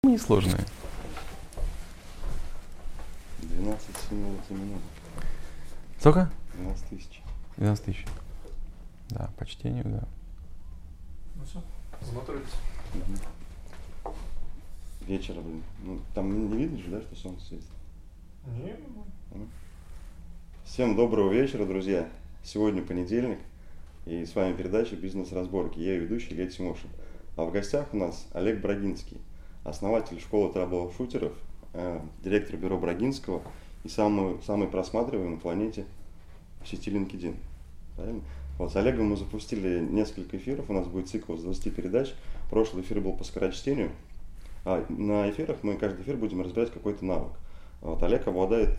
Несложные. 12 минут за минуту. Сколько? 12 тысяч. 12 тысяч. Да, по чтению, да. Ну все, замоторились. Вечером, блин. Ну, там не видно же, да, что солнце светит? Не, Всем доброго вечера, друзья. Сегодня понедельник, и с вами передача «Бизнес-разборки». Я ее ведущий Илья Тимошин. А в гостях у нас Олег Брагинский, основатель школы траблшутеров, директор бюро Брагинского и самый просматриваемый на планете в сети LinkedIn. Правильно? Вот с Олегом мы запустили несколько эфиров, у нас будет цикл из 20 передач. Прошлый эфир был по скорочтению. На эфирах мы каждый эфир будем разбирать какой-то навык. Вот Олег обладает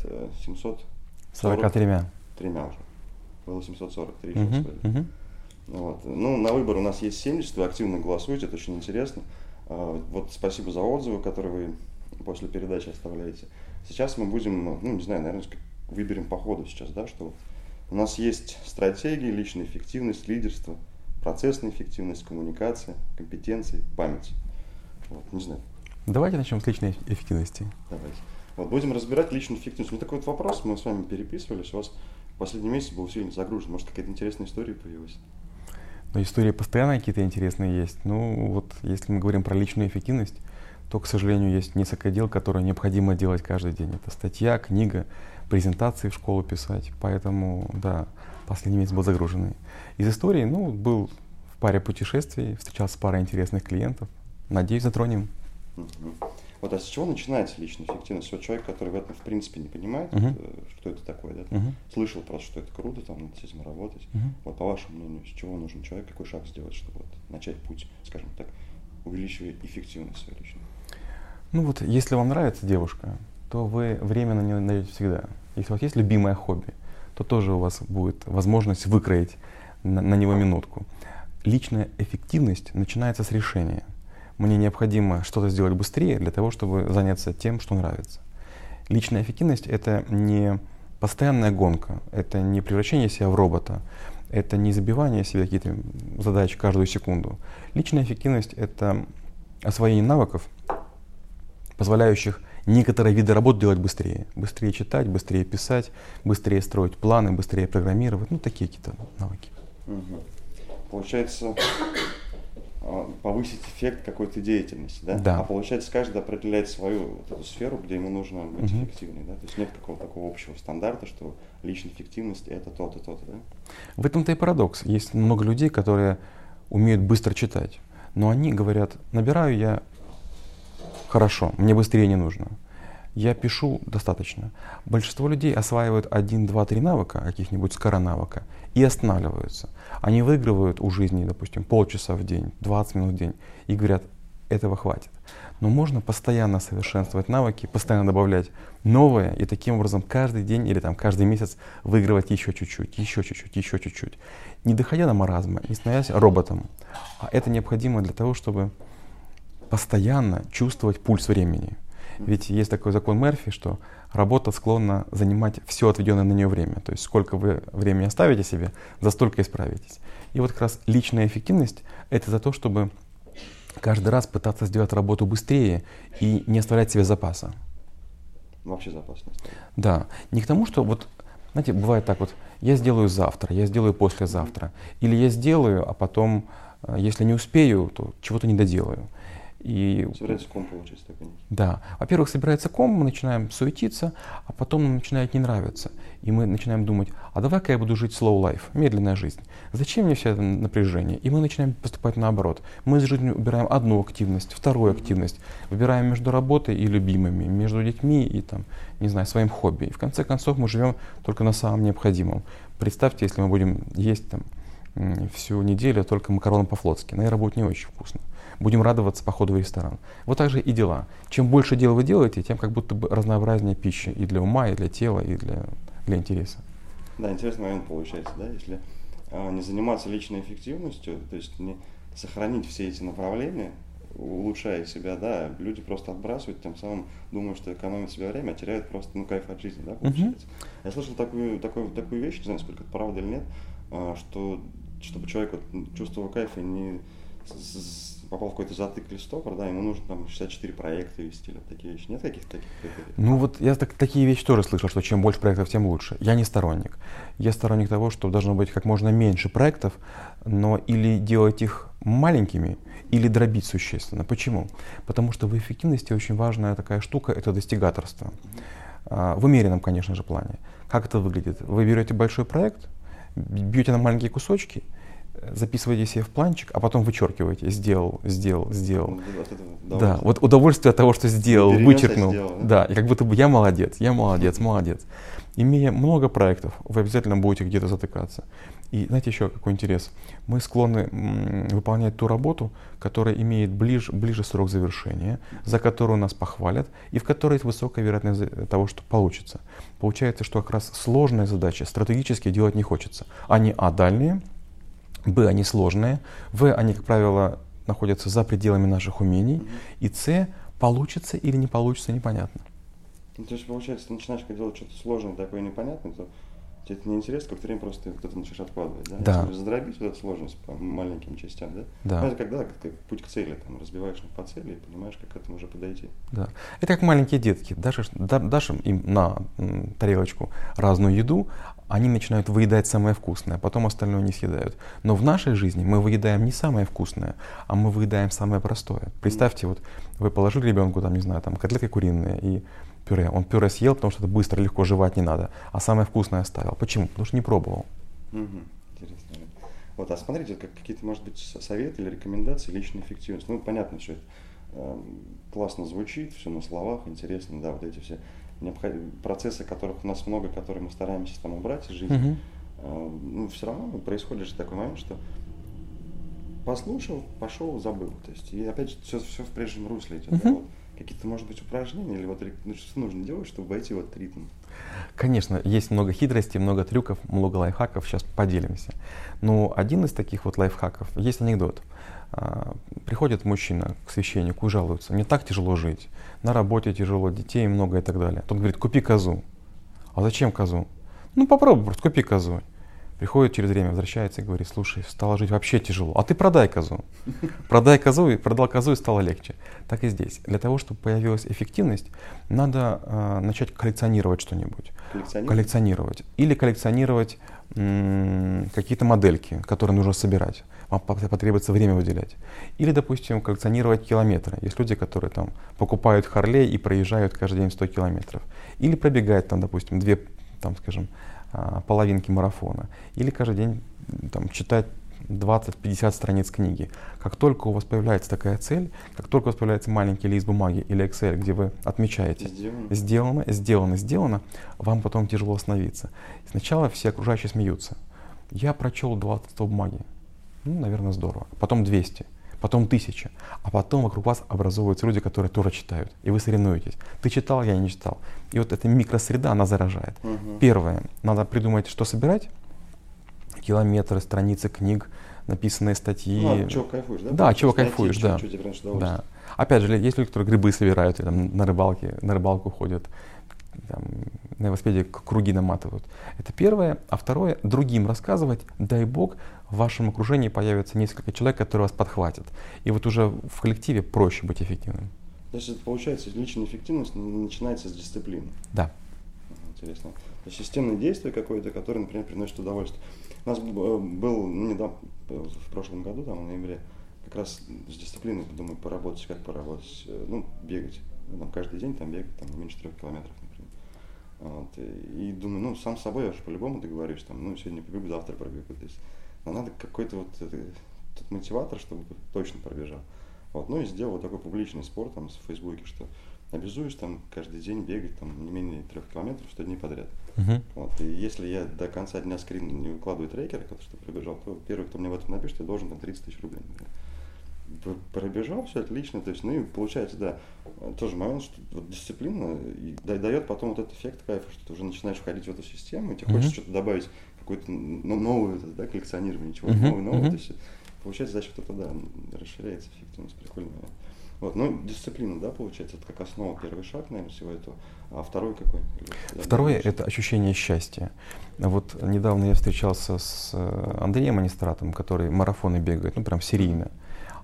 743 уже. Было 743 еще. Вот. Ну, на выбор у нас есть 70, вы активно голосуете, это очень интересно. Вот спасибо за отзывы, которые вы после передачи оставляете. Сейчас мы будем, ну не знаю, наверное, выберем по ходу сейчас, да, что у нас есть стратегии, личная эффективность, лидерство, процессная эффективность, коммуникация, компетенции, память. Вот, не знаю. Давайте начнем с личной эффективности. Давайте. Вот, будем разбирать личную эффективность. У меня такой вот вопрос, мы с вами переписывались, у вас в последний месяц был сильно загружен. Может, какая-то интересная история появилась? Но истории постоянно какие-то интересные есть. Ну, вот если мы говорим про личную эффективность, то, к сожалению, есть несколько дел, которые необходимо делать каждый день. Это статья, книга, презентации в школу писать. Поэтому, да, последний месяц был загруженный. Из истории, ну, был в паре путешествий, встречался с парой интересных клиентов. Надеюсь, затронем. Вот, а с чего начинается личная эффективность? Вот человек, который в этом в принципе не понимает, что это такое, да? Слышал просто, что это круто, там надо с этим работать. Вот по вашему мнению, с чего нужен человек, какой шаг сделать, чтобы вот начать путь, скажем так, увеличивая эффективность свою личную? Ну вот, если вам нравится девушка, то вы время на нее найдете всегда. Если у вас есть любимое хобби, то тоже у вас будет возможность выкроить на него минутку. Личная эффективность начинается с решения. Мне необходимо что-то сделать быстрее для того, чтобы заняться тем, что нравится. Личная эффективность — это не постоянная гонка, это не превращение себя в робота, это не забивание себе какие-то задачи каждую секунду. Личная эффективность — это освоение навыков, позволяющих некоторые виды работ делать быстрее. Быстрее читать, быстрее писать, быстрее строить планы, быстрее программировать. Ну, такие какие-то навыки. Получается, повысить эффект какой-то деятельности, да? Да. А получается, каждый определяет свою вот эту сферу, где ему нужно быть эффективнее, да? То есть нет какого-то такого общего стандарта, что личная эффективность — это то-то, то-то, да? В этом-то и парадокс. Есть много людей, которые умеют быстро читать, но они говорят: набираю я хорошо, мне быстрее не нужно. Я пишу достаточно. Большинство людей осваивают 1, 2, 3 навыка, каких-нибудь скоронавыка, и останавливаются. Они выигрывают у жизни, допустим, полчаса в день, 20 минут в день, и говорят: этого хватит. Но можно постоянно совершенствовать навыки, постоянно добавлять новое, и таким образом каждый день или там, каждый месяц выигрывать еще чуть-чуть, еще чуть-чуть, еще чуть-чуть. Не доходя до маразма, не становясь роботом. А это необходимо для того, чтобы постоянно чувствовать пульс времени. Ведь есть такой закон Мерфи, что работа склонна занимать все отведенное на нее время. То есть сколько вы времени оставите себе, за столько и справитесь. И вот как раз личная эффективность — это за то, чтобы каждый раз пытаться сделать работу быстрее и не оставлять себе запаса. Вообще запас не оставить. Да. Не к тому, что вот, знаете, бывает так вот: я сделаю завтра, я сделаю послезавтра. Или я сделаю, а потом, если не успею, то чего-то не доделаю. И собирается ком, получается, такой. Да. Во-первых, собирается ком, мы начинаем суетиться, а потом нам начинает не нравиться. И мы начинаем думать: а давай-ка я буду жить slow life, медленная жизнь. Зачем мне все это напряжение? И мы начинаем поступать наоборот. Мы из жизни убираем одну активность, вторую активность, выбираем между работой и любимыми, между детьми и там, не знаю, своим хобби. И в конце концов мы живем только на самом необходимом. Представьте, если мы будем есть там всю неделю только макароны по-флотски. Наверное, будет не очень вкусно. Будем радоваться походу в ресторан. Вот так же и дела. Чем больше дел вы делаете, тем как будто бы разнообразнее пища и для ума, и для тела, и для интереса. Да, интересный момент получается, да, если не заниматься личной эффективностью, то есть не сохранить все эти направления, улучшая себя, да, люди просто отбрасывают, тем самым думают, что экономят себе время, а теряют просто, кайф от жизни, да, получается. Я слышал такую вещь, не знаю, сколько это правда или нет, что чтобы человек чувствовал кайф и не попал в какой-то затык листопор, да, ему нужно там 64 проекта вести, или такие вещи. Нет каких-то таких критериев? Ну вот я такие вещи тоже слышал, что чем больше проектов, тем лучше. Я не сторонник. Я сторонник того, что должно быть как можно меньше проектов, но или делать их маленькими, или дробить существенно. Почему? Потому что в эффективности очень важная такая штука — это достигаторство. В умеренном, конечно же, плане. Как это выглядит? Вы берете большой проект, бьете на маленькие кусочки, записываете себе в планчик, а потом вычеркиваете. Сделал. Да, вот удовольствие от того, что сделал, вычеркнул. Сделал, да, и как будто бы я молодец. Имея много проектов, вы обязательно будете где-то затыкаться. И знаете еще какой интерес? Мы склонны выполнять ту работу, которая имеет ближе срок завершения, за которую нас похвалят, и в которой есть высокая вероятность того, что получится. Получается, что как раз сложные задачи стратегически делать не хочется. Они дальние, Б, они сложные, В, они, как правило, находятся за пределами наших умений, и С, получится или не получится, непонятно. Ну, то есть, получается, ты начинаешь делать что-то сложное, такое непонятное, то тебе это неинтересно, как время просто кто-то начнешь откладывать, да? Да. Если задробить вот эту сложность по маленьким частям, да? Да. Ну, это когда как путь к цели, там, разбиваешь их по цели и понимаешь, как к этому уже подойти. Да. Это как маленькие детки. Дашь им на тарелочку разную еду, они начинают выедать самое вкусное, потом остальное не съедают. Но в нашей жизни мы выедаем не самое вкусное, а мы выедаем самое простое. Представьте, вот вы положили ребенку, там, не знаю, там, котлетки куриные и пюре. Он пюре съел, потому что это быстро, легко жевать не надо, а самое вкусное оставил. Почему? Потому что не пробовал. Интересно. Вот, а смотрите, как какие-то, может быть, советы или рекомендации личной эффективности. Ну, понятно, что это классно звучит, все на словах, интересно, да, вот эти все процессы, которых у нас много, которые мы стараемся там убрать из жизни, ну, все равно происходит же такой момент, что послушал, пошел, забыл. То есть, и опять же, все в прежнем русле идет. Да, вот. Какие-то, может быть, упражнения или вот что нужно делать, чтобы войти в этот ритм? Конечно, есть много хитростей, много трюков, много лайфхаков, сейчас поделимся. Но один из таких вот лайфхаков, есть анекдот. Приходит мужчина к священнику и жалуется: мне так тяжело жить, на работе тяжело, детей много и так далее. Тот говорит: купи козу. А зачем козу? Ну попробуй, просто купи козу. Приходит через время, возвращается и говорит: слушай, стало жить вообще тяжело, а ты продай козу. Продай козу, и продал козу, и стало легче. Так и здесь. Для того, чтобы появилась эффективность, надо начать коллекционировать что-нибудь. Коллекционировать. Или коллекционировать какие-то модельки, которые нужно собирать. Вам потребуется время выделять. Или, допустим, коллекционировать километры. Есть люди, которые там покупают Харлей и проезжают каждый день 100 километров. Или пробегают там, допустим, две, там, скажем, половинки марафона. Или каждый день там, читать 20-50 страниц книги. Как только у вас появляется такая цель, как только у вас появляется маленький лист бумаги или Excel, где вы отмечаете сделано, вам потом тяжело остановиться. Сначала все окружающие смеются. Я прочел 20 листов бумаги. Ну, наверное, здорово. Потом 200, потом 1000. А потом вокруг вас образовываются люди, которые тоже читают. И вы соревнуетесь. Ты читал, я не читал. И вот эта микросреда, она заражает. Первое. Надо придумать, что собирать. Километры, страницы книг, написанные статьи. Ну, чего кайфуешь, да? Да, чего кайфуешь, да. Да. Опять же, есть люди, которые грибы собирают, и, там, на рыбалку ходят, там, на велосипеде круги наматывают. Это первое. А второе, другим рассказывать, дай бог, в вашем окружении появится несколько человек, которые вас подхватят. И вот уже в коллективе проще быть эффективным. То есть это получается, личная эффективность начинается с дисциплины. Да. Интересно. То есть системное действие какое-то, которое, например, приносит удовольствие. У нас был недавно, в прошлом году, там, в ноябре, как раз с дисциплиной, думаю, поработать, как поработать, ну, бегать. Там, каждый день там бегать, там, не меньше 3 километров, например. Вот, и думаю, ну, сам с собой я уж по-любому договорюсь, там, ну, сегодня побегу, завтра пробегу. То есть, но надо какой-то вот тот мотиватор, чтобы точно пробежал. Вот, ну и сделал вот такой публичный спорт там в Фейсбуке, что обязуюсь там каждый день бегать там не менее 3 километров 100 дней подряд. Вот, и если я до конца дня скрин не выкладываю трекер, что пробежал, то первый, кто мне в этом напишет, я должен там 30 000 рублей. Пробежал, все отлично, то есть, ну и получается, да, тоже момент, что вот дисциплина дает потом вот этот эффект кайфа, что ты уже начинаешь входить в эту систему, и тебе хочется что-то добавить, какое-то новое, да, коллекционирование, чего-то новое, то есть получается за счет этого, да, расширяется эффективность, прикольно. Вот, ну, дисциплина, да, получается, это как основа, первый шаг, наверное, всего этого. А второй какой? Второе — это ощущение счастья. Вот недавно я встречался с Андреем Анистратом, который марафоны бегает, ну, прям серийно.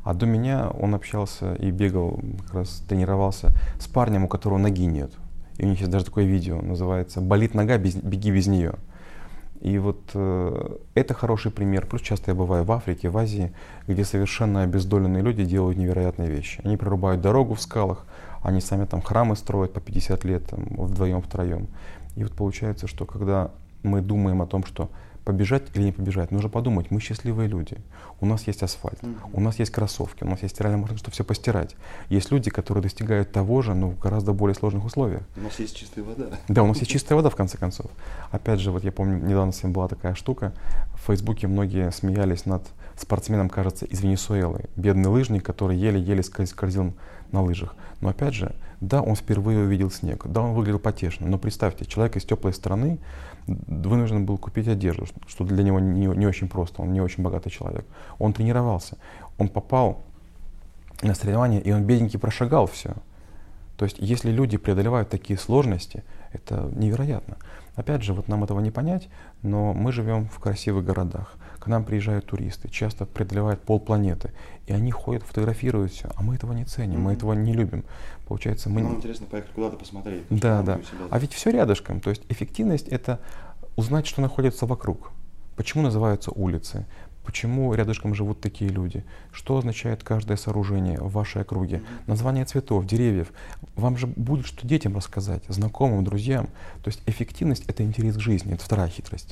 А до меня он общался и бегал, как раз тренировался с парнем, у которого ноги нет. И у них есть даже такое видео, называется «Болит нога, беги без нее». И вот это хороший пример. Плюс часто я бываю в Африке, в Азии, где совершенно обездоленные люди делают невероятные вещи. Они прорубают дорогу в скалах, они сами там храмы строят по 50 лет там, вдвоем, втроем. И вот получается, что когда мы думаем о том, что побежать или не побежать, нужно подумать, мы счастливые люди. У нас есть асфальт, у нас есть кроссовки, у нас есть стиральная машина, чтобы все постирать. Есть люди, которые достигают того же, но в гораздо более сложных условиях. У нас есть чистая вода. Да, у нас есть чистая вода, в конце концов. Опять же, вот я помню, недавно с ним была такая штука. В Фейсбуке многие смеялись над спортсменом, кажется, из Венесуэлы. Бедный лыжник, который еле-еле скользил на лыжах. Но опять же, да, он впервые увидел снег, да, он выглядел потешно. Но представьте, человек из теплой страны вынужден был купить одежду, что для него не очень просто, он не очень богатый человек. Он тренировался, он попал на соревнования, и он бедненький прошагал все. То есть, если люди преодолевают такие сложности, это невероятно. Опять же, вот нам этого не понять, но мы живем в красивых городах. К нам приезжают туристы, часто преодолевают полпланеты, и они ходят, фотографируют все, а мы этого не ценим, мы этого не любим. Получается, мы... Нам интересно поехать куда-то посмотреть. Да, да. А ведь все рядышком. То есть эффективность — это узнать, что находится вокруг. Почему называются улицы? Почему рядышком живут такие люди? Что означает каждое сооружение в вашей округе? Название цветов, деревьев. Вам же будет что детям рассказать, знакомым, друзьям. То есть эффективность — это интерес к жизни, это вторая хитрость.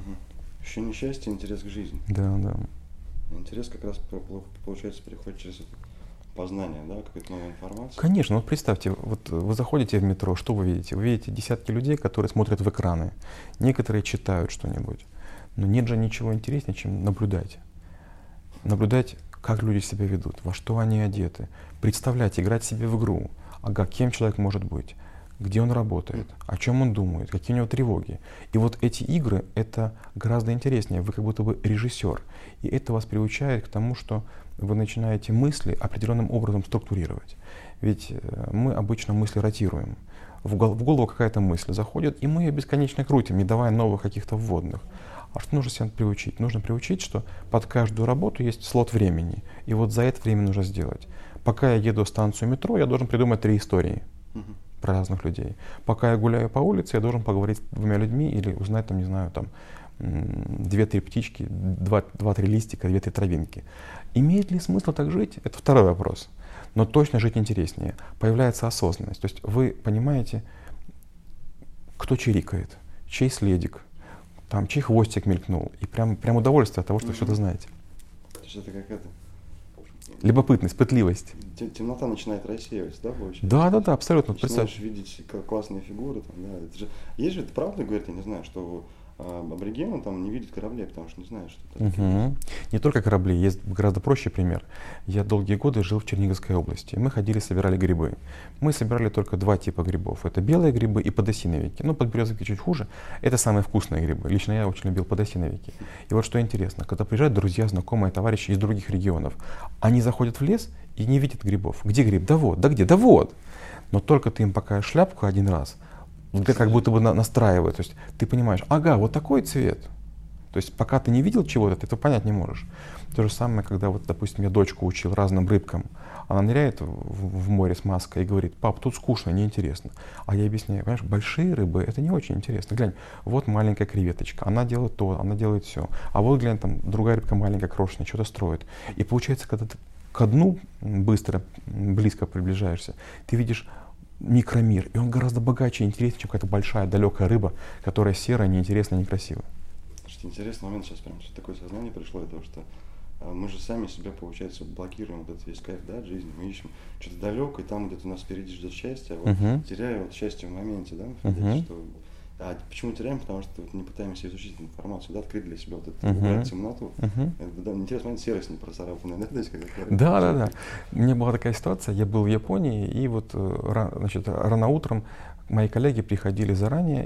Еще несчастье, интерес к жизни. Да, да. Интерес как раз, получается, приходит через это познание, да, какая-то новая информация. Конечно, вот представьте, вот вы заходите в метро, что вы видите? Вы видите десятки людей, которые смотрят в экраны. Некоторые читают что-нибудь. Но нет же ничего интереснее, чем наблюдать. Наблюдать, как люди себя ведут, во что они одеты. Представлять, играть себе в игру. Ага, кем человек может быть, где он работает, о чем он думает, какие у него тревоги. И вот эти игры, это гораздо интереснее. Вы как будто бы режиссер. И это вас приучает к тому, что вы начинаете мысли определенным образом структурировать. Ведь мы обычно мысли ротируем. В голову какая-то мысль заходит, и мы ее бесконечно крутим, не давая новых каких-то вводных. А что нужно себя приучить? Нужно приучить, что под каждую работу есть слот времени. И вот за это время нужно сделать. Пока я еду в станцию метро, я должен придумать 3 истории про разных людей. Пока я гуляю по улице, я должен поговорить с 2 людьми или узнать, там, не знаю, там, 2-3 птички, 2-3 листика, 2-3 травинки. Имеет ли смысл так жить? Это второй вопрос. Но точно жить интереснее. Появляется осознанность. То есть вы понимаете, кто чирикает, чей следик, там, чей хвостик мелькнул. И прям удовольствие от того, что все это знаете. То есть это как это? Любопытность, пытливость. Темнота начинает рассеиваться, да, получается? Да, абсолютно. Начинаешь видеть классные фигуры. Там, да. Это же... Есть же, это правда, говорят, я не знаю, что аборигены там не видят кораблей, потому что не знают, что это такое. Не только корабли, есть гораздо проще пример. Я долгие годы жил в Черниговской области. Мы ходили, собирали грибы. Мы собирали только 2 типа грибов. Это белые грибы и подосиновики. Ну, подберезовики чуть хуже. Это самые вкусные грибы. Лично я очень любил подосиновики. И вот что интересно, когда приезжают друзья, знакомые, товарищи из других регионов, они заходят в лес и не видят грибов. Где гриб? Да вот, да где? Да вот. Но только ты им покажешь шляпку один раз, ты как будто бы настраивает. То есть ты понимаешь, ага, вот такой цвет. То есть пока ты не видел чего-то, ты этого понять не можешь. То же самое, когда, вот, допустим, я дочку учил разным рыбкам. Она ныряет в море с маской и говорит: пап, тут скучно, неинтересно. А я объясняю, понимаешь, большие рыбы — это не очень интересно. Глянь, вот маленькая креветочка, она делает то, она делает все. А вот глянь, там другая рыбка маленькая, крошечная, что-то строит. И получается, когда ты к дну быстро, близко приближаешься, ты видишь микромир, и он гораздо богаче и интереснее, чем какая-то большая, далекая рыба, которая серая, неинтересная, некрасивая. Слушайте, интересный момент сейчас прям, что такое сознание пришло, это что мы же сами себя, получается, блокируем вот этот весь кайф, да, от жизни, мы ищем что-то далекое, там где-то у нас впереди ждет счастье, а вот теряя вот счастье в моменте, да, что... А почему теряем? Потому что вот не пытаемся изучить информацию, да, открыть для себя вот эту темноту. Это, да, интересный момент, серость не процарапанная, да, то есть Да. У меня была такая ситуация, я был в Японии, и вот, значит, рано утром мои коллеги приходили заранее,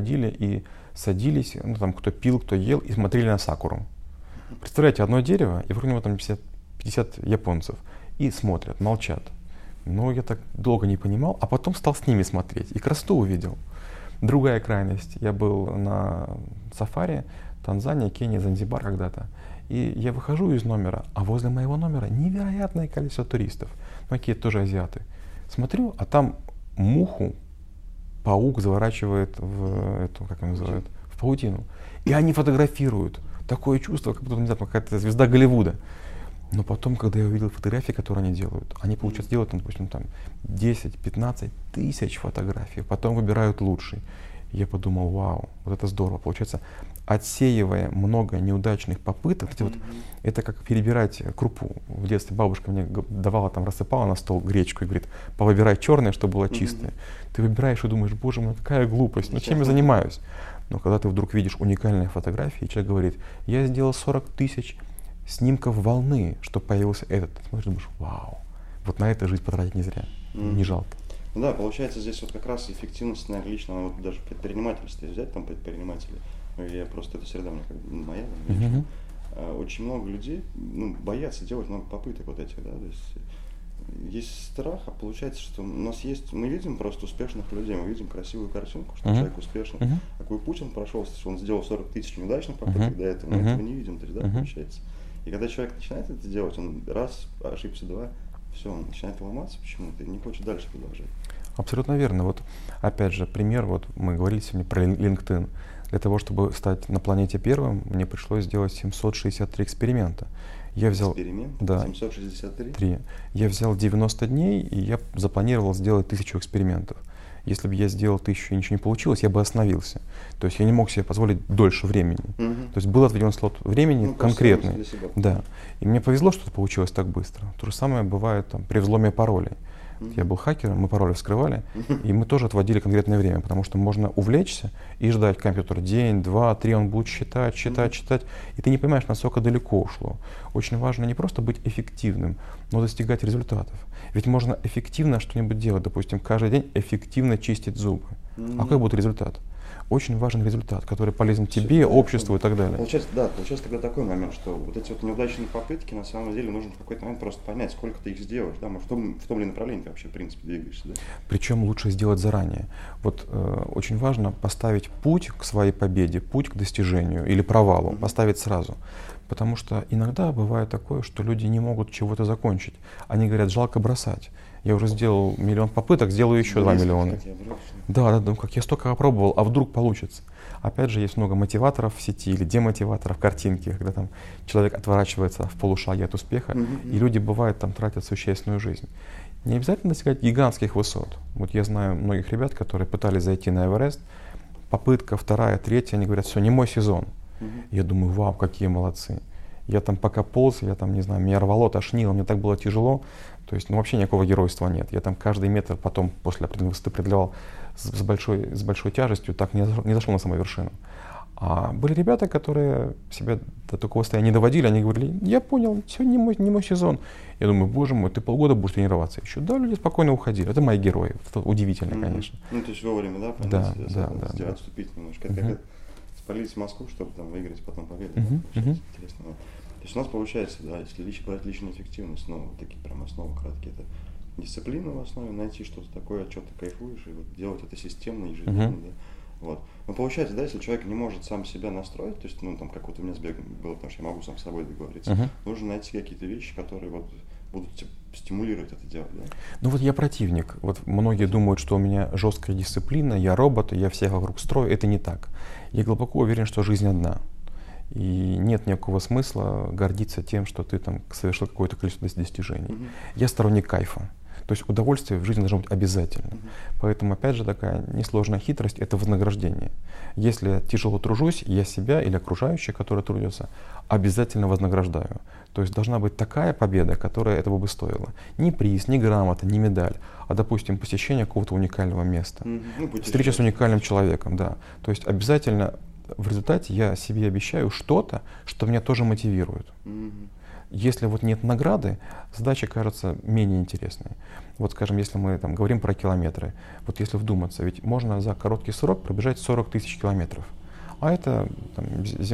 и садились, ну, там, кто пил, кто ел, и смотрели на сакуру. Представляете, одно дерево, и вокруг него там 50 японцев, и смотрят, молчат. Но я так долго не понимал, а потом стал с ними смотреть, и красоту увидел. Другая крайность. Я был на сафари, Танзания, Кения, Занзибар когда-то. И я выхожу из номера, а возле моего номера невероятное количество туристов. Ну, какие-то тоже азиаты. Смотрю, а там муху паук заворачивает в эту, как его называют, в паутину. И они фотографируют. Такое чувство, как будто, не знаю, какая-то звезда Голливуда. Но потом, когда я увидел фотографии, которые они делают, они, получается, делают, допустим, там 10-15 тысяч фотографий, потом выбирают лучший. Я подумал, вау, вот это здорово. Получается, отсеивая много неудачных попыток, вот, это как перебирать крупу. В детстве бабушка мне давала, там, рассыпала на стол гречку и говорит, повыбирай черное, чтобы было чистое. Ты выбираешь и думаешь, боже мой, какая глупость, ну чем я занимаюсь? Но когда ты вдруг видишь уникальные фотографии, человек говорит, я сделал 40 тысяч снимков волны, чтобы появился этот. Ты смотришь, думаешь, вау, вот на это жизнь потратить не зря, не жалко. Ну да, получается, здесь вот как раз эффективность, наверное, лично, вот даже предпринимательство взять, там предприниматели, я просто, эта среда мне как моя, лично, очень много людей, ну, боятся делать много попыток вот этих, да, то есть страх, а получается, что у нас есть, мы видим просто успешных людей, мы видим красивую картинку, что человек успешный, какой Путин прошел, что он сделал 40 тысяч неудачных попыток до этого, мы этого не видим, то есть, да, получается. И когда человек начинает это делать, он раз, ошибся, два, все, он начинает ломаться почему-то и не хочет дальше продолжать. Абсолютно верно. Вот опять же пример, вот мы говорили сегодня про LinkedIn. Для того, чтобы стать на планете первым, мне пришлось сделать 763 эксперимента. Я взял, да, 763? Я взял 90 дней, и я запланировал сделать 1000 экспериментов. Если бы я сделал 1000 и ничего не получилось, я бы остановился. То есть я не мог себе позволить дольше времени. То есть был отведен слот времени конкретный. Да. И мне повезло, что это получилось так быстро. То же самое бывает там, при взломе паролей. Я был хакером, мы пароли вскрывали, и мы тоже отводили конкретное время, потому что можно увлечься и ждать компьютер день, два, три, он будет считать, и ты не понимаешь, насколько далеко ушло. Очень важно не просто быть эффективным, но достигать результатов. Ведь можно эффективно что-нибудь делать, допустим, каждый день эффективно чистить зубы. А какой будет результат? Очень важен результат, который полезен тебе, обществу и так далее. Получается тогда такой момент, что вот эти вот неудачные попытки, на самом деле, нужно в какой-то момент просто понять, сколько ты их сделаешь, да, может, в том ли направлении ты вообще, в принципе, двигаешься, да? Причем лучше сделать заранее. Вот очень важно поставить путь к своей победе, путь к достижению или провалу, поставить сразу. Потому что иногда бывает такое, что люди не могут чего-то закончить. Они говорят, жалко бросать. Я уже сделал 1 миллион попыток, сделаю еще 2 миллиона. Да, как я столько опробовал, а вдруг получится. Опять же, есть много мотиваторов в сети или демотиваторов, картинки, когда там человек отворачивается в полушаге от успеха, и люди, бывает, там тратят существенную жизнь. Не обязательно достигать гигантских высот. Вот я знаю многих ребят, которые пытались зайти на Эверест, попытка, вторая, третья, они говорят, все, не мой сезон. Я думаю, вау, какие молодцы. Я там пока полз, я там, не знаю, меня рвало, тошнило, мне так было тяжело. То есть, вообще никакого геройства нет. Я там каждый метр потом, после определенной высоты, преодолевал с большой тяжестью, так не зашел на самую вершину. А были ребята, которые себя до такого состояния не доводили, они говорили, я понял, сегодня не мой сезон. Я думаю, боже мой, ты полгода будешь тренироваться еще. Да, люди спокойно уходили. Это мои герои. Это удивительно, конечно. Ну, то есть вовремя, да, понять, да. отступить немножко. Это как спалить Москву, чтобы там выиграть потом победу. Интересно. То есть у нас получается, да, если брать личную эффективность, ну, вот такие прям основы краткие, это дисциплина в основе, найти что-то такое, от чего ты кайфуешь, и вот делать это системно, ежедневно, да. Вот. Но получается, да, если человек не может сам себя настроить, то есть, ну, там, как вот у меня с бегом было, потому что я могу сам с собой договориться, нужно найти какие-то вещи, которые вот будут стимулировать это делать, да? Ну вот я противник. Вот многие думают, что у меня жесткая дисциплина, я робот, я всех вокруг строю. Это не так. Я глубоко уверен, что жизнь одна. И нет никакого смысла гордиться тем, что ты там совершил какое-то количество достижений. Я сторонник кайфа. То есть удовольствие в жизни должно быть обязательно. Поэтому, опять же, такая несложная хитрость — это вознаграждение. Если я тяжело тружусь, я себя или окружающих, которые трудятся, обязательно вознаграждаю. То есть должна быть такая победа, которая этого бы стоила. Не приз, не грамота, не медаль, а, допустим, посещение какого-то уникального места. Встреча с уникальным человеком, да. То есть обязательно в результате я себе обещаю что-то, что меня тоже мотивирует. Если вот нет награды, задача кажется менее интересной. Вот, скажем, если мы там говорим про километры, вот если вдуматься, ведь можно за короткий срок пробежать 40 тысяч километров. а это там,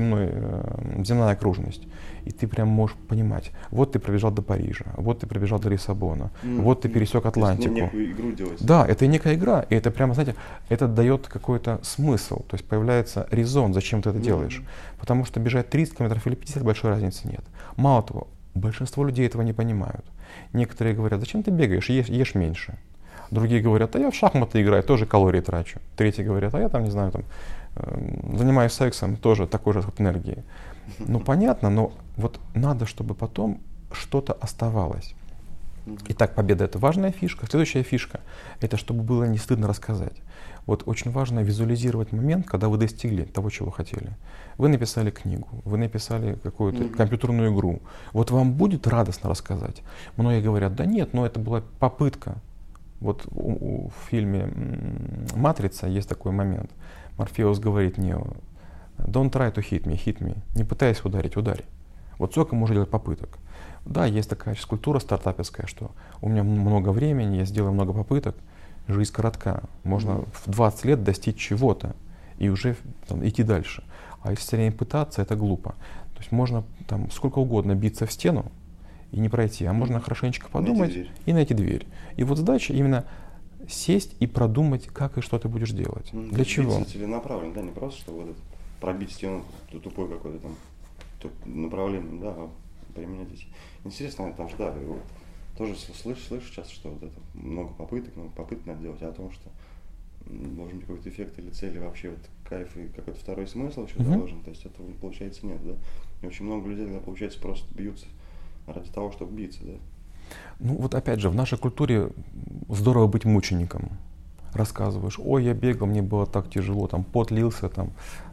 земная окружность. И ты прям можешь понимать, вот ты пробежал до Парижа, вот ты пробежал до Лиссабона, вот ты пересек Атлантику. То есть некую игру делать. Да, это некая игра, и это прямо, знаете, это дает какой-то смысл, то есть появляется резон, зачем ты это делаешь. Потому что бежать 30 километров или 50 большой разницы нет. Мало того, большинство людей этого не понимают. Некоторые говорят, зачем ты бегаешь, ешь меньше. Другие говорят, а я в шахматы играю, тоже калории трачу. Третьи говорят, а я там, не знаю, там, занимаюсь сексом, тоже такой же расход энергии. Ну, понятно, но вот надо, чтобы потом что-то оставалось. Итак, победа — это важная фишка. Следующая фишка — это чтобы было не стыдно рассказать. Вот очень важно визуализировать момент, когда вы достигли того, чего хотели. Вы написали книгу, вы написали какую-то компьютерную игру. Вот вам будет радостно рассказать. Многие говорят, да нет, но это была попытка. Вот в фильме «Матрица» есть такой момент. Морфеус говорит Нео: don't try to hit me. Не пытайся ударить, ударь. Вот сколько можно делать попыток. Да, есть такая сейчас культура стартаперская, что у меня много времени, я сделаю много попыток, жизнь коротка. Можно в 20 лет достичь чего-то и уже там, идти дальше. А если все время пытаться, это глупо. То есть можно там сколько угодно биться в стену и не пройти, а можно хорошенечко подумать и найти дверь. И вот задача именно сесть и продумать, как и что ты будешь делать. Для чего? Целенаправленно, да, не просто, что вот это, пробить стену тупой какой-то там направлением, да, а применять эти. Интересно, потому что, да, вот, тоже слышу часто, что вот это много попыток надо делать, а о том, что должен быть какой-то эффект или цель, или вообще вот кайф и какой-то второй смысл еще заложен, то есть этого, получается, нет, да. И очень много людей, когда, получается, просто бьются ради того, чтобы биться, да. Ну вот опять же, в нашей культуре здорово быть мучеником. Рассказываешь, ой, я бегал, мне было так тяжело, там пот лился, там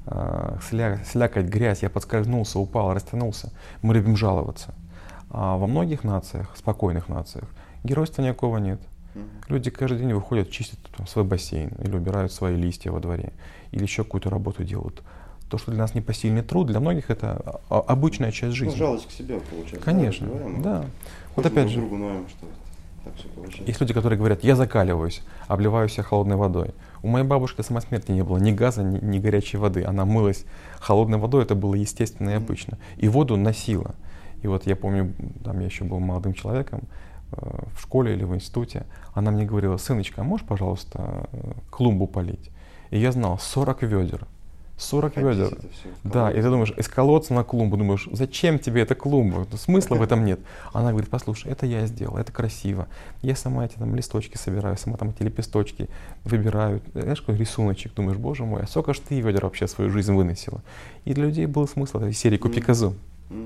слякоть, грязь, я подскользнулся, упал, растянулся. Мы любим жаловаться. А во многих нациях, спокойных нациях, геройства никакого нет. Люди каждый день выходят, чистят там свой бассейн или убирают свои листья во дворе, или еще какую-то работу делают. То, что для нас непосильный труд, для многих это обычная часть жизни. Ну, жалость к себе, получается. Конечно, да. Вот опять же, так все получается. Есть люди, которые говорят, я закаливаюсь, обливаю себя холодной водой. У моей бабушки самосмерти не было ни газа, ни горячей воды. Она мылась холодной водой, это было естественно и обычно. И воду носила. И вот я помню, там я еще был молодым человеком, в школе или в институте, она мне говорила, сыночка, а можешь, пожалуйста, клумбу полить? И я знал, 40 ведер. 40 ведер. Да, и ты думаешь, из колодца на клумбу, думаешь, зачем тебе эта клумба? Смысла в этом нет. Она говорит, послушай, это я сделала, это красиво. Я сама эти там листочки собираю, сама там эти лепесточки выбираю. Знаешь, какой рисуночек, думаешь, боже мой, а сколько ж ты ведер вообще свою жизнь выносила? И для людей был смысл этой серии «Купи козу».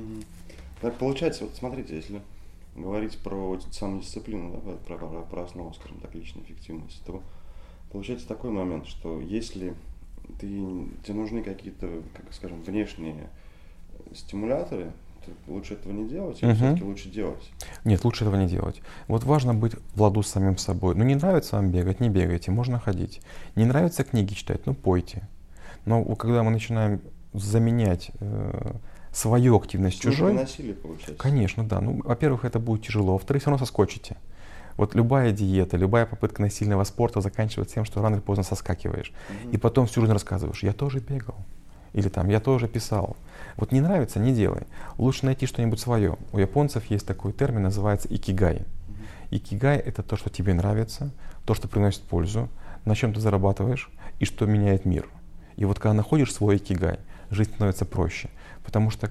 Так получается, вот смотрите, если говорить про самодисциплину, да, про основу, скажем так, личной эффективности, то получается такой момент, что если тебе нужны какие-то, как скажем, внешние стимуляторы, то лучше этого не делать, или все-таки лучше делать? Нет, лучше этого не делать. Вот важно быть в ладу с самим собой. Ну не нравится вам бегать, не бегайте, можно ходить. Не нравится книги читать, ну пойте. Но когда мы начинаем заменять свою активность чужой. Насилие, получается. Конечно, да. Ну, во-первых, это будет тяжело, во-вторых, все равно соскочите. Вот любая диета, любая попытка насильного спорта заканчивается тем, что рано или поздно соскакиваешь. И потом всю жизнь рассказываешь, я тоже бегал. Или там, я тоже писал. Вот не нравится, не делай. Лучше найти что-нибудь свое. У японцев есть такой термин, называется икигай. Икигай — это то, что тебе нравится, то, что приносит пользу, на чем ты зарабатываешь и что меняет мир. И вот когда находишь свой икигай, жизнь становится проще. Потому что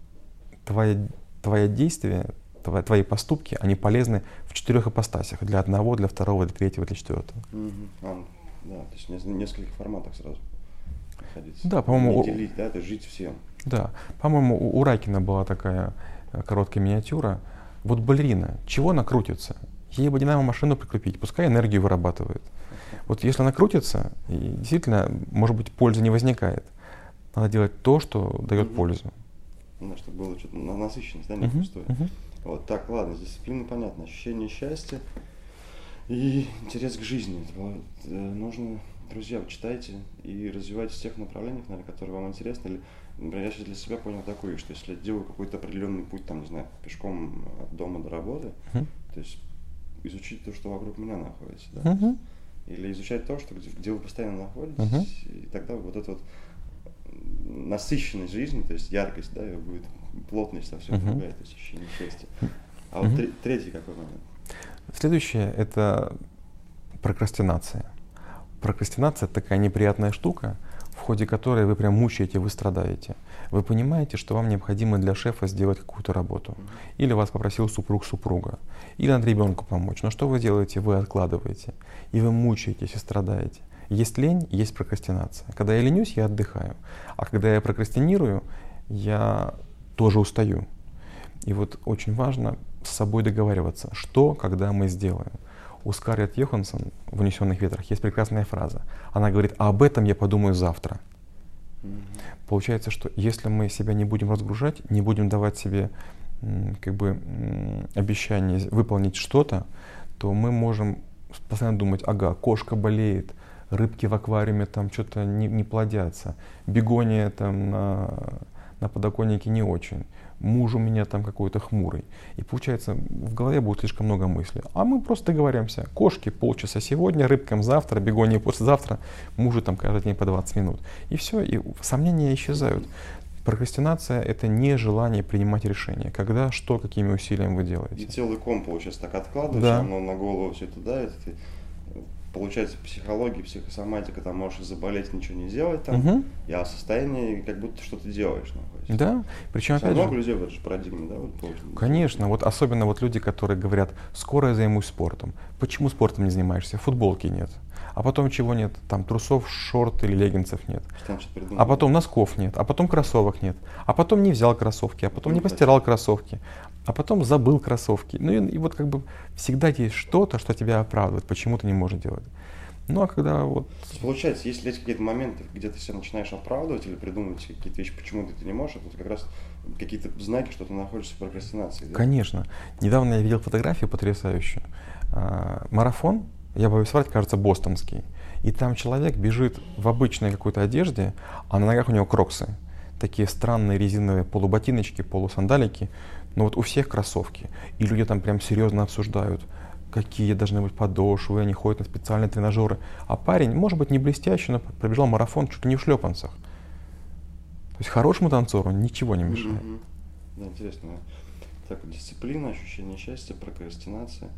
твои действия, твои поступки, они полезны в 4 ипостасях. Для одного, для второго, для третьего, для четвертого. Да, то есть в нескольких форматах сразу находиться. Да, по-моему... Не делить, да, это жить всем. Да, по-моему, у Райкина была такая короткая миниатюра. Вот балерина, чего она крутится? Ей бы динамо-машину прикрепить, пускай энергию вырабатывает. Вот если она крутится, и действительно, может быть, пользы не возникает. Надо делать то, что дает пользу. Да, чтобы было что-то насыщенность, да, не пустое. Вот, так, ладно, дисциплина, понятно, ощущение счастья и интерес к жизни. Нужно, друзья, вы читайте и развивайтесь в тех направлениях, наверное, которые вам интересны. Или, например, я сейчас для себя понял такое, что если я делаю какой-то определенный путь, там, не знаю, пешком от дома до работы, то есть изучить то, что вокруг меня находится, да, или изучать то, что, где вы постоянно находитесь, и тогда вот это вот насыщенность жизни, то есть яркость, да, ее будет, плотность совсем другая, то есть ощущение счастья. А вот третий какой момент? Следующее – это прокрастинация. Прокрастинация – это такая неприятная штука, в ходе которой вы прям мучаете, вы страдаете. Вы понимаете, что вам необходимо для шефа сделать какую-то работу. Или вас попросил супруга. Или надо ребенку помочь. Но что вы делаете? Вы откладываете. И вы мучаетесь и страдаете. Есть лень, есть прокрастинация. Когда я ленюсь, я отдыхаю. А когда я прокрастинирую, я тоже устаю. И вот очень важно с собой договариваться, что, когда мы сделаем. У Скарлетт Йоханссон в «Унесенных ветрах» есть прекрасная фраза. Она говорит: а об этом я подумаю завтра. Получается, что если мы себя не будем разгружать, не будем давать себе обещание выполнить что-то, то мы можем постоянно думать: ага, кошка болеет, рыбки в аквариуме там что-то не плодятся, бегония там на подоконнике не очень, муж у меня там какой-то хмурый. И получается, в голове будет слишком много мыслей. А мы просто договоримся: кошки полчаса сегодня, рыбкам завтра, бегонии послезавтра, мужу там каждый день по 20 минут. И все, и сомнения исчезают. Прокрастинация — это не желание принимать решения. Когда, что, какими усилиями вы делаете. И целый ком, получается, так откладываешь, да. Оно на голову все это давит. Получается, психология, психосоматика, там можешь заболеть, ничего не делать там, а в состоянии как будто что-то делаешь. Да, причем опять много же, людей в этой же парадигме, да? Вот, конечно, вот особенно вот люди, которые говорят: скоро я займусь спортом. Почему спортом не занимаешься? Футболки нет. А потом чего нет? Там трусов, шорт или леггинсов нет. А потом носков нет. А потом кроссовок нет. А потом не взял кроссовки. А потом не постирал кроссовки. А потом забыл кроссовки. Ну и вот как бы всегда есть что-то, что тебя оправдывает, почему ты не можешь делать. Ну а когда вот... Получается, если есть какие-то моменты, где ты себя начинаешь оправдывать или придумывать какие-то вещи, почему ты не можешь, это как раз какие-то знаки, что ты находишься в прокрастинации. Да? Конечно. Недавно я видел фотографию потрясающую. Марафон, я боюсь врать, кажется, бостонский. И там человек бежит в обычной какой-то одежде, а на ногах у него кроксы. Такие странные резиновые полуботиночки, полусандалики. Но вот у всех кроссовки. И люди там прям серьезно обсуждают, какие должны быть подошвы, они ходят на специальные тренажеры. А парень, может быть, не блестящий, но пробежал марафон чуть ли не в шлепанцах. То есть хорошему танцору ничего не мешает. Да, интересно. Так, дисциплина, ощущение счастья, прокрастинация.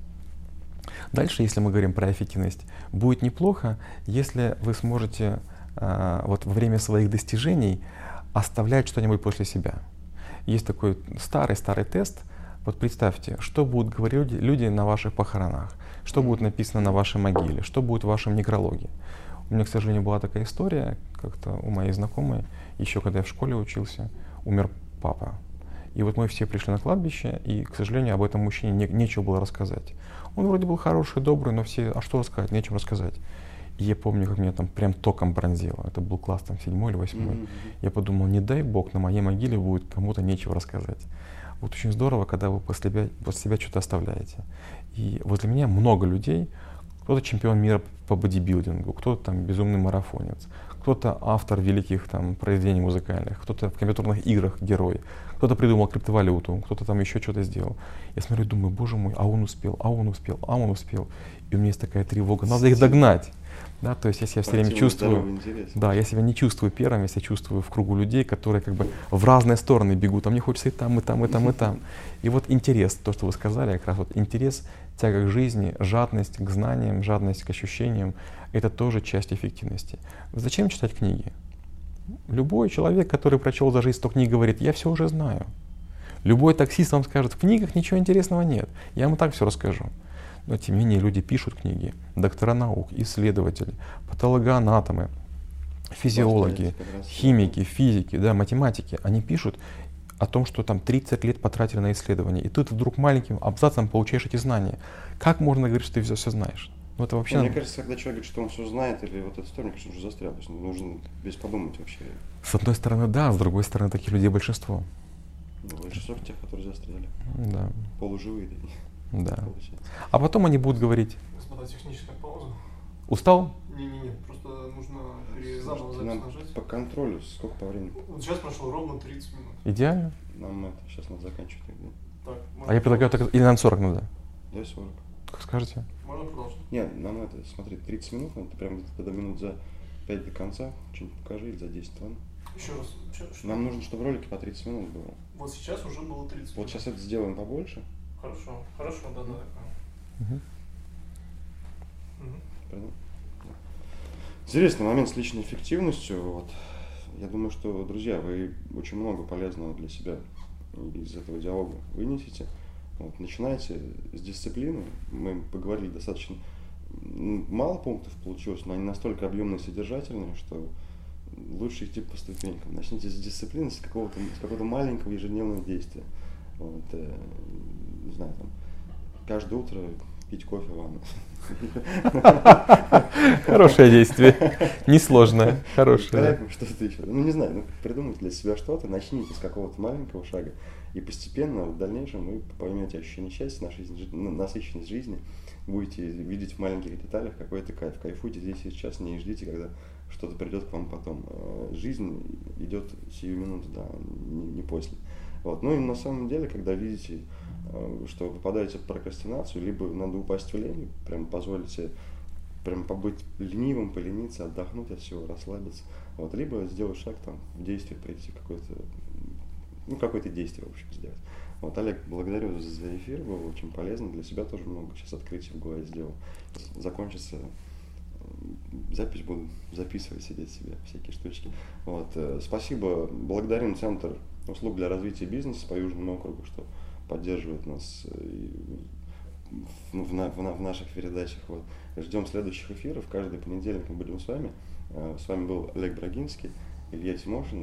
Дальше, если мы говорим про эффективность, будет неплохо, если вы сможете вот во время своих достижений оставлять что-нибудь после себя. Есть такой старый тест. Вот представьте, что будут говорить люди на ваших похоронах, что будет написано на вашей могиле, что будет в вашем некрологе. У меня, к сожалению, была такая история, как-то у моей знакомой, еще когда я в школе учился, умер папа. И вот мы все пришли на кладбище, и, к сожалению, об этом мужчине нечего было рассказать. Он вроде был хороший, добрый, но все, а что рассказать, нечем рассказать. И я помню, как меня там прям током пронзило. Это был класс там 7 или 8. Я подумал: не дай бог, на моей могиле будет кому-то нечего рассказать. Вот очень здорово, когда вы после себя что-то оставляете. И возле меня много людей. Кто-то чемпион мира по бодибилдингу, кто-то там безумный марафонец, кто-то автор великих там произведений музыкальных, кто-то в компьютерных играх герой, кто-то придумал криптовалюту, кто-то там еще что-то сделал. Я смотрю, думаю: боже мой, а он успел, а он успел, а он успел. И у меня есть такая тревога, надо их догнать. Да, то есть я себя все время чувствую, да, я себя не чувствую первым, я себя чувствую в кругу людей, которые как бы в разные стороны бегут, а мне хочется и там, и там, и там, и там. И вот интерес, то, что вы сказали, как раз вот интерес, тяга к жизни, жадность к знаниям, жадность к ощущениям, это тоже часть эффективности. Зачем читать книги? Любой человек, который прочел за жизнь 100 книг, говорит: я все уже знаю. Любой таксист вам скажет: в книгах ничего интересного нет, я вам и так все расскажу. Но тем не менее люди пишут книги, доктора наук, исследователи, патологоанатомы, физиологи, химики, физики, да, математики. Они пишут о том, что там 30 лет потратили на исследования, и тут вдруг маленьким абзацем получаешь эти знания. Как можно говорить, что ты все знаешь? Ну, это вообще... Мне кажется, когда человек говорит, что он все знает, или вот эта история, мне кажется, уже застрял. То есть нужно без подумать вообще. С одной стороны, да, с другой стороны, таких людей большинство. Большинство тех, которые застряли. Да. Полуживые. Да. А потом они будут говорить: Господа, техническая пауза. Устал? Не, просто нужно заново запись нажать. По контролю, сколько по времени? Вот сейчас прошло ровно 30 минут. Идеально. Нам это, сейчас надо заканчивать тогда. Так, А я предлагаю так, или нам 40 надо? Давай 40. Как скажете? Можно продолжить? Нет, нам это, смотри, 30 минут, надо прям где-то до минут за 5 до конца, что-нибудь покажи, или за 10, ладно? Еще раз. Что? Нам нужно, чтобы ролики по 30 минут было. Вот сейчас уже было 30 минут. Вот сейчас это сделаем побольше. Хорошо, да. Мгм. Пардон. Интересный момент с личной эффективностью. Вот. Я думаю, что, друзья, вы очень много полезного для себя из этого диалога вынесете. Вот. Начинайте с дисциплины. Мы поговорили достаточно мало пунктов получилось, но они настолько объемные и содержательные, что лучше идти по ступенькам. Начните с дисциплины, с какого-то маленького ежедневного действия. Вот. Не знаю, там, каждое утро пить кофе в ванну. Хорошее действие. Несложное. Хорошее. Что-то еще. Ну, не знаю, придумайте для себя что-то, начните с какого-то маленького шага. И постепенно, в дальнейшем, вы поймете ощущение счастья, насыщенность жизни, будете видеть в маленьких деталях какой-то кайф. Кайфуйте здесь и сейчас, не ждите, когда что-то придет к вам потом. Жизнь идет сию минуту, да, не после. Вот. Ну и на самом деле, когда видите, что вы попадаете в прокрастинацию, либо надо упасть в лень, прям позволить себе прям побыть ленивым, полениться, отдохнуть от всего, расслабиться. Вот. Либо сделать шаг там, в действие прийти, какое-то действие, в общем, сделать. Вот, Олег, благодарю за эфир, было очень полезно, для себя тоже много сейчас открытий в голове сделал. Закончится запись, буду записывать, сидеть себе, всякие штучки. Вот, спасибо, благодарим Центр услуг для развития бизнеса по Южному округу, что поддерживает нас в наших передачах. Вот. Ждем следующих эфиров, каждый понедельник мы будем с вами. С вами был Олег Брагинский, Илья Тимошин.